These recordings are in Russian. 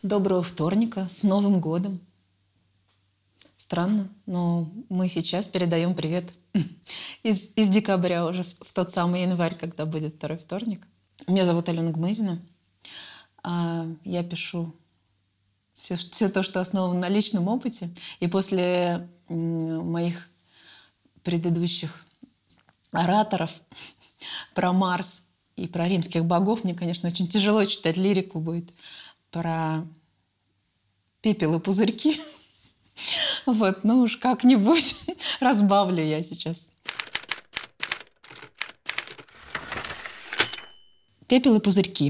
Доброго вторника, с Новым годом. Странно, но мы сейчас передаем привет из декабря уже в тот самый январь, когда будет второй вторник. Меня зовут Алена Гмызина. Я пишу все то, что основано на личном опыте. И после моих предыдущих ораторов про Марс и про римских богов мне, конечно, очень тяжело читать лирику будет про пепел и пузырьки. Вот, ну уж как-нибудь разбавлю я сейчас. Пепел и пузырьки.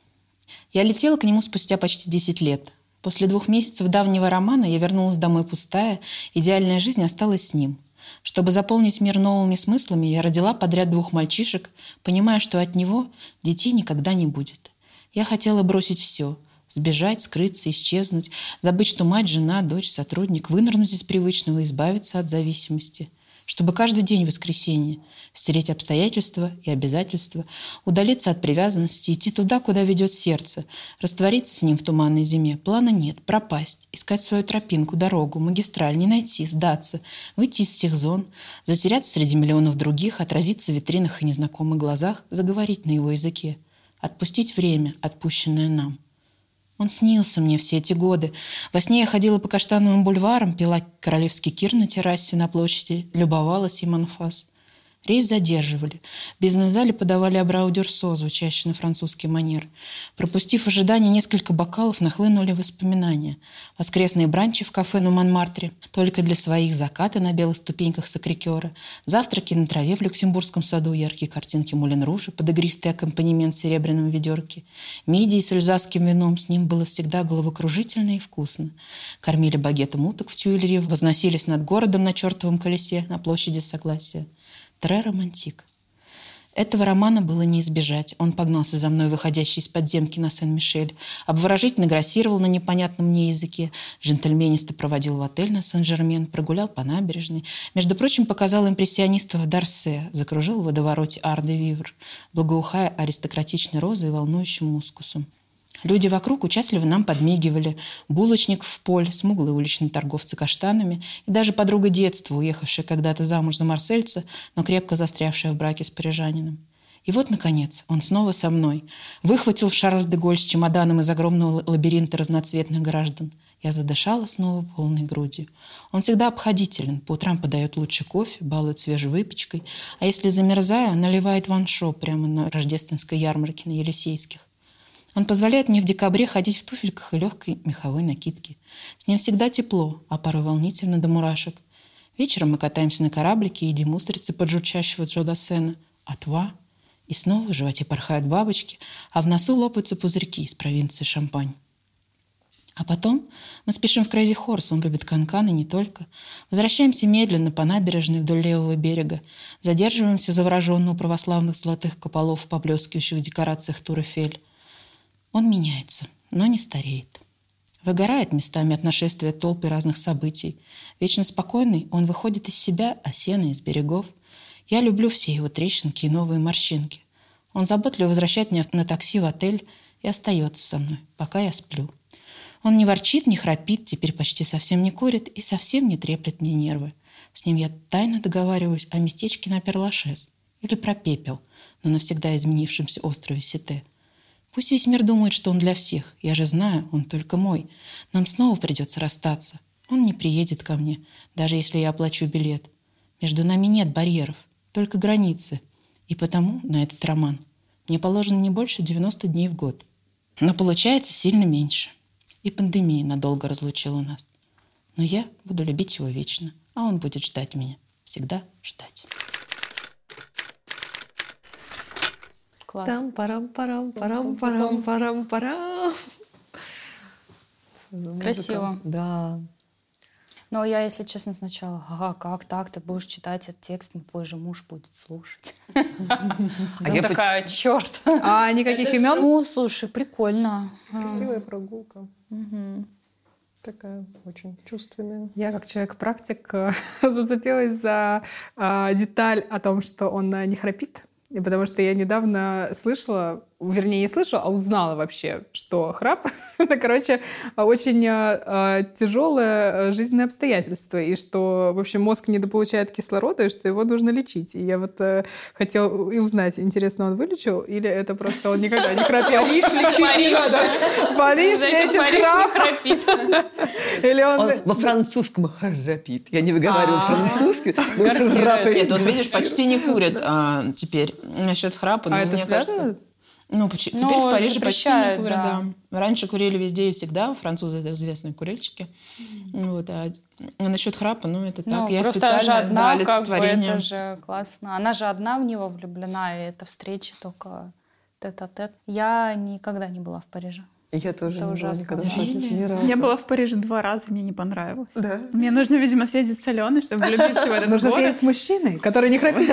Я летела к нему спустя почти 10 лет. После 2 месяцев давнего романа я вернулась домой пустая, идеальная жизнь осталась с ним. Чтобы заполнить мир новыми смыслами, я родила подряд 2 мальчишек, понимая, что от него детей никогда не будет. Я хотела бросить все – сбежать, скрыться, исчезнуть, забыть, что мать, жена, дочь, сотрудник, вынырнуть из привычного, избавиться от зависимости. Чтобы каждый день воскресенье стереть обстоятельства и обязательства, удалиться от привязанности, идти туда, куда ведет сердце, раствориться с ним в туманной зиме. Плана нет, пропасть, искать свою тропинку, дорогу, магистраль, не найти, сдаться, выйти из всех зон, затеряться среди миллионов других, отразиться в витринах и незнакомых глазах, заговорить на его языке, отпустить время, отпущенное нам. Он снился мне все эти годы. Во сне я ходила по Каштановым бульварам, пила королевский кир на террасе на площади, любовалась им анфас. Рейс задерживали. В бизнес-зале подавали абрау-дюрсо, звучащий на французский манер. Пропустив ожидание несколько бокалов, нахлынули воспоминания. Воскресные бранчи в кафе на Монмартре, только для своих, закаты на белых ступеньках Сакрикера, завтраки на траве в Люксембургском саду, яркие картинки Мулен Ружа под игристый аккомпанемент в серебряном ведерке. Мидии с эльзасским вином, с ним было всегда головокружительно и вкусно. Кормили багетом уток в Тюильри, возносились над городом на чертовом колесе на площади Согласия. Тре романтик. Этого романа было не избежать. Он погнался за мной, выходящий из подземки на Сен-Мишель, обворожительно грассировал на непонятном мне языке, джентльменисто проводил в отель на Сен-Жермен, прогулял по набережной, между прочим, показал импрессионистов в Дарсе, закружил в водовороте Ар-де-Вивр, благоухая аристократичной розой и волнующим мускусом. Люди вокруг участливо нам подмигивали. Булочник в поле, смуглые уличные торговцы каштанами и даже подруга детства, уехавшая когда-то замуж за марсельца, но крепко застрявшая в браке с парижанином. И вот, наконец, он снова со мной. Выхватил Шарль-де-Голль с чемоданом из огромного лабиринта разноцветных граждан. Я задышала снова полной грудью. Он всегда обходителен. По утрам подает лучший кофе, балует свежей выпечкой. А если замерзаю, наливает ван-шо прямо на рождественской ярмарке на Елисейских. Он позволяет мне в декабре ходить в туфельках и легкой меховой накидке. С ним всегда тепло, а порой волнительно до мурашек. Вечером мы катаемся на кораблике и едим устрицы под журчащего Джо Дассена. Атва. И снова в животе порхают бабочки, а в носу лопаются пузырьки из провинции Шампань. А потом мы спешим в Крейзи Хорс, он любит канкан и не только. Возвращаемся медленно по набережной вдоль левого берега. Задерживаемся завороженно у православных золотых куполов в поблескивающих декорациях Тур Эйфель. Он меняется, но не стареет. Выгорает местами от нашествия толп и разных событий. Вечно спокойный, он выходит из себя, осена из берегов. Я люблю все его трещинки и новые морщинки. Он заботливо возвращает меня на такси в отель и остается со мной, пока я сплю. Он не ворчит, не храпит, теперь почти совсем не курит и совсем не треплет мне нервы. С ним я тайно договариваюсь о местечке на Пер-Лашез или про пепел на навсегда изменившемся острове Сите. Пусть весь мир думает, что он для всех. Я же знаю, он только мой. Нам снова придется расстаться. Он не приедет ко мне, даже если я оплачу билет. Между нами нет барьеров, только границы. И потому на этот роман мне положено не больше 90 дней в год. Но получается сильно меньше. И пандемия надолго разлучила нас. Но я буду любить его вечно, а он будет ждать меня. Всегда ждать. Класс. Там-парам-парам-парам-парам-парам-парам. Красиво. Да. Но я, если честно, сначала, как так, ты будешь читать этот текст, но твой же муж будет слушать. Я такая, черт. А никаких имен? Ну, слушай, прикольно. Красивая прогулка. Такая очень чувственная. Я, как человек-практик, зацепилась за деталь о том, что он не храпит. И потому что я недавно слышала вернее, не слышала, а узнала вообще, что храп — это, короче, очень тяжелое жизненное обстоятельство, и что, в общем, мозг недополучает кислорода, и что его нужно лечить. И я вот хотела и узнать, интересно, он вылечил, или это просто он никогда не храпел? Париж лечить не надо. Париж лечит храп? Или Он он... во французском храпит. Я не выговариваю французский, но Гарсирует. храпает. Нет, вот видишь, почти не курят теперь. Насчет храпа, А ну, это мне связано? кажется, ну, теперь Ну, в Париже почти не запрещают, курят, да. да. Раньше курили везде и всегда, французы это известные курильщики. Вот, а насчет храпа, ну, это так. Ну, Я просто специально, же одна, да, как бы, олицетворение. это же классно. Она же одна в него влюблена, и это встречи только тет-а-тет. Я никогда не была в Париже. Я тоже Это не была ужасно. никогда в Париже, ни разу. Я была в Париже 2 раза, мне не понравилось. Да. Мне нужно, видимо, съездить с Аленой, чтобы влюбиться в этот Нужно город. съездить с мужчиной, который не храпит.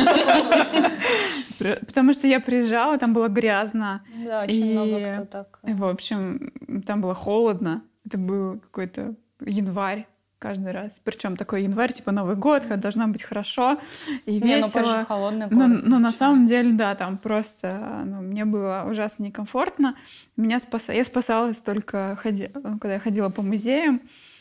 Потому что я приезжала, там было грязно. Да, очень И, много кто так. В общем, там было холодно. Это был какой-то январь каждый раз. Причем такой январь, типа Новый год, когда должно быть хорошо и Не, ну весело. Париж холодный Но, город. но на самом деле, да, там просто мне было ужасно некомфортно. Я спасалась только, когда я ходила по музеям.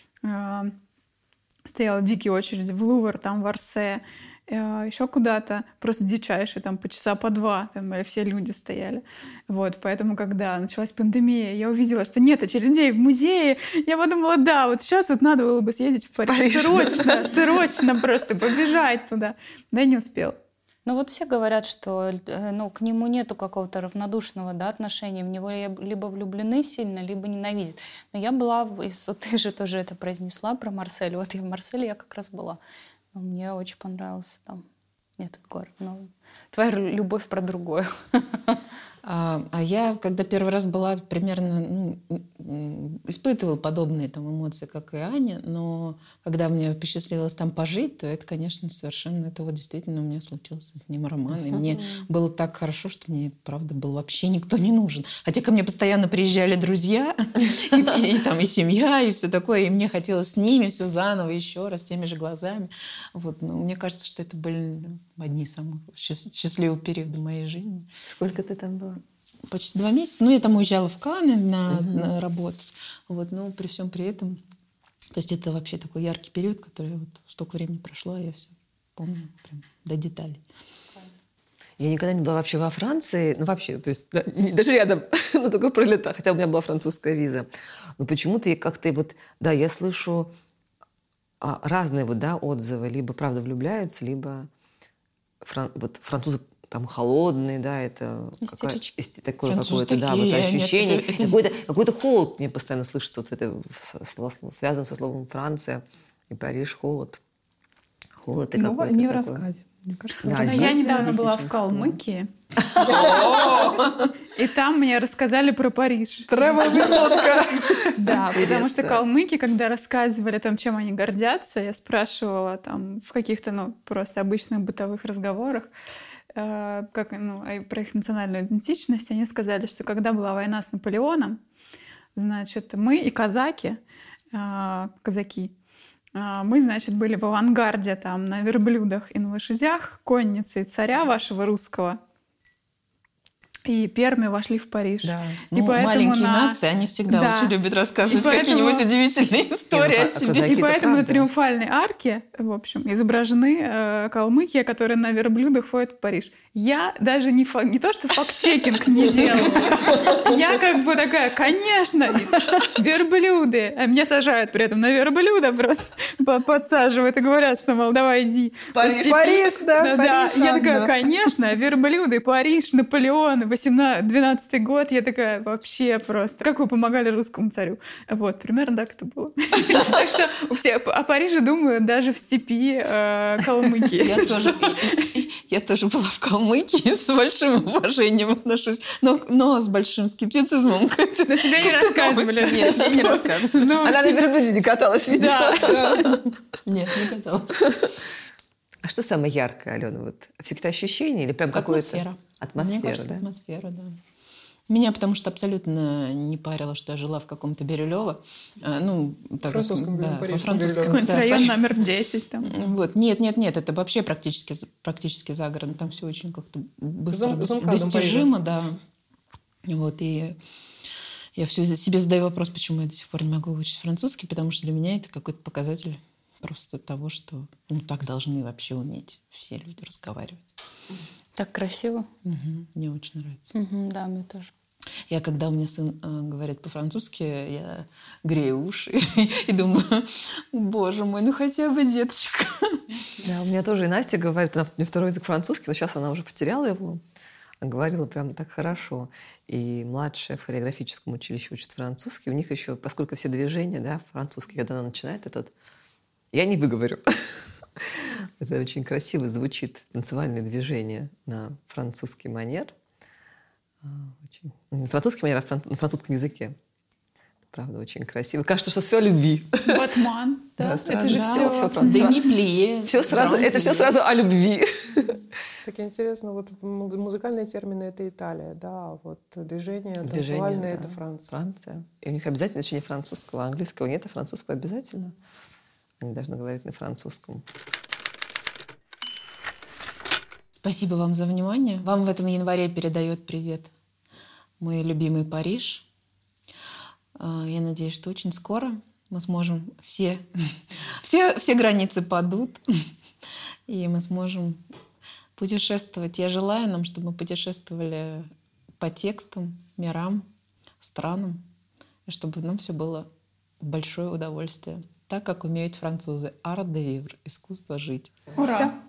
Стояла дикие очереди в Лувр, там в Орсе, еще куда-то. Просто дичайшие, там по часа по 2, там все люди стояли. Вот, поэтому, когда началась пандемия, я увидела, что нет очередей в музее. Я подумала, да, вот сейчас вот надо было бы съездить в Париж. Срочно просто побежать туда. Да, и не успела. Ну вот все говорят, что к нему нету какого-то равнодушного, да, отношения. В него либо влюблены сильно, либо ненавидят. Но я была, вот ты же тоже это произнесла про Марсель. Вот я в Марселе я как раз была. Но мне очень понравился там этот город. Но твоя любовь про другое. А я, когда первый раз была, примерно испытывала подобные там эмоции, как и Аня, но когда мне посчастливилось там пожить, то это, конечно, совершенно, это вот действительно у меня случился с ним роман, и мне было так хорошо, что мне, правда, был вообще никто не нужен. Хотя ко мне постоянно приезжали друзья, и семья, и все такое, и мне хотелось с ними все заново, еще раз, теми же глазами. Вот, но мне кажется, что это были одни из самых счастливых периодов моей жизни. Сколько ты там была? Почти 2 месяца. Ну, я там уезжала в Канны на работать. Вот, но при всем при этом... То есть это вообще такой яркий период, который вот столько времени прошло, а я все помню прям до деталей. Я никогда не была вообще во Франции. Ну, вообще, то есть даже рядом, но только пролетала. Хотя у меня была французская виза. Но почему-то как-то вот... Да, я слышу разные вот, да, отзывы. Либо, правда, влюбляются, либо вот французы там холодные, да, это такое какое-то, да, вот ощущение. Какой-то холод мне постоянно слышится вот в это, связан со словом Франция и Париж, холод. Холод и Ну, какой-то не в такой. рассказе. Мне кажется, Да, Но здесь- я недавно здесь была очень в Калмыкии. И там мне рассказали про Париж. Тревел-минутка. Да, потому что Интересно. калмыки, когда рассказывали о том, чем они гордятся, я спрашивала там в каких-то, просто обычных бытовых разговорах, про их национальную идентичность, они сказали, что когда была война с Наполеоном, значит, мы и казаки, мы, значит, были в авангарде там на верблюдах и на лошадях, конницей царя вашего русского, и первыми вошли в Париж. Да. И поэтому маленькие нации, они всегда Да. очень любят рассказывать И поэтому- какие-нибудь удивительные истории о себе. казаки- И это поэтому на правда. триумфальной арке, в общем, изображены калмыки, которые на верблюдах ходят в Париж. Я даже не то, что факт-чекинг не делала. Я как бы такая, конечно, верблюды. А меня сажают при этом на верблюда просто. Подсаживают и говорят, что, мол, давай иди. Париж. Париж, да, Да, Париж. я такая, Анна. конечно, верблюды, Париж, Наполеон, 12-й год. Я такая, вообще просто. Как вы помогали русскому царю? Вот, примерно так это было. Так что все о Париже думают даже в степи калмыки. Я тоже была в Калмыкии, с большим уважением отношусь, но с большим скептицизмом к этому. На тебя не рассказывали. Нет, мне не рассказывали. Ну, Она на верблюде не каталась, видимо. да. Нет, не каталась. А что самое яркое, Алена? Вот все-таки ощущение или прям какое-то... Атмосфера. Атмосфера, Мне кажется, да? атмосфера, да. Меня потому что абсолютно не парило, что я жила в каком-то Бирюлёво. Французском, да, парижском французском. Какой-нибудь Да, район номер 10 там. Вот. Нет, это вообще практически за городом. Там все очень как-то быстро За МКАДом достижимо, да. Вот, и я все себе задаю вопрос, почему я до сих пор не могу выучить французский, потому что для меня это какой-то показатель просто того, что так должны вообще уметь все люди разговаривать. Так красиво. Мне очень нравится. Да, мне тоже. Я, когда у меня сын говорит по-французски, я грею уши и думаю, боже мой, хотя бы деточка. Да, у меня тоже и Настя говорит, она, у нее второй язык французский, но сейчас она уже потеряла его. Говорила прям так хорошо. И младшая в хореографическом училище учит французский. У них еще, поскольку все движения, да, французский, когда она начинает этот... Я не выговорю. Это очень красиво звучит, танцевальные движения на французский манер. Очень... Не французский манер, а на французском языке. Правда, очень красиво. Кажется, что все о любви. Батман. Да, это же все Демиплие. Все сразу, это все сразу о любви. Так интересно, вот музыкальные термины — это Италия, да, вот движение танцевальное — это Франция. Франция. И у них обязательно еще не французского, английского нет, а французского обязательно. Они должны говорить на французском. Спасибо вам за внимание. Вам в этом январе передает привет мой любимый Париж. Я надеюсь, что очень скоро мы сможем все границы падут, и мы сможем путешествовать. Я желаю нам, чтобы мы путешествовали по текстам, мирам, странам, и чтобы нам все было большое удовольствие. Так, как умеют французы. Art de vivre — искусство жить. Ура! Все.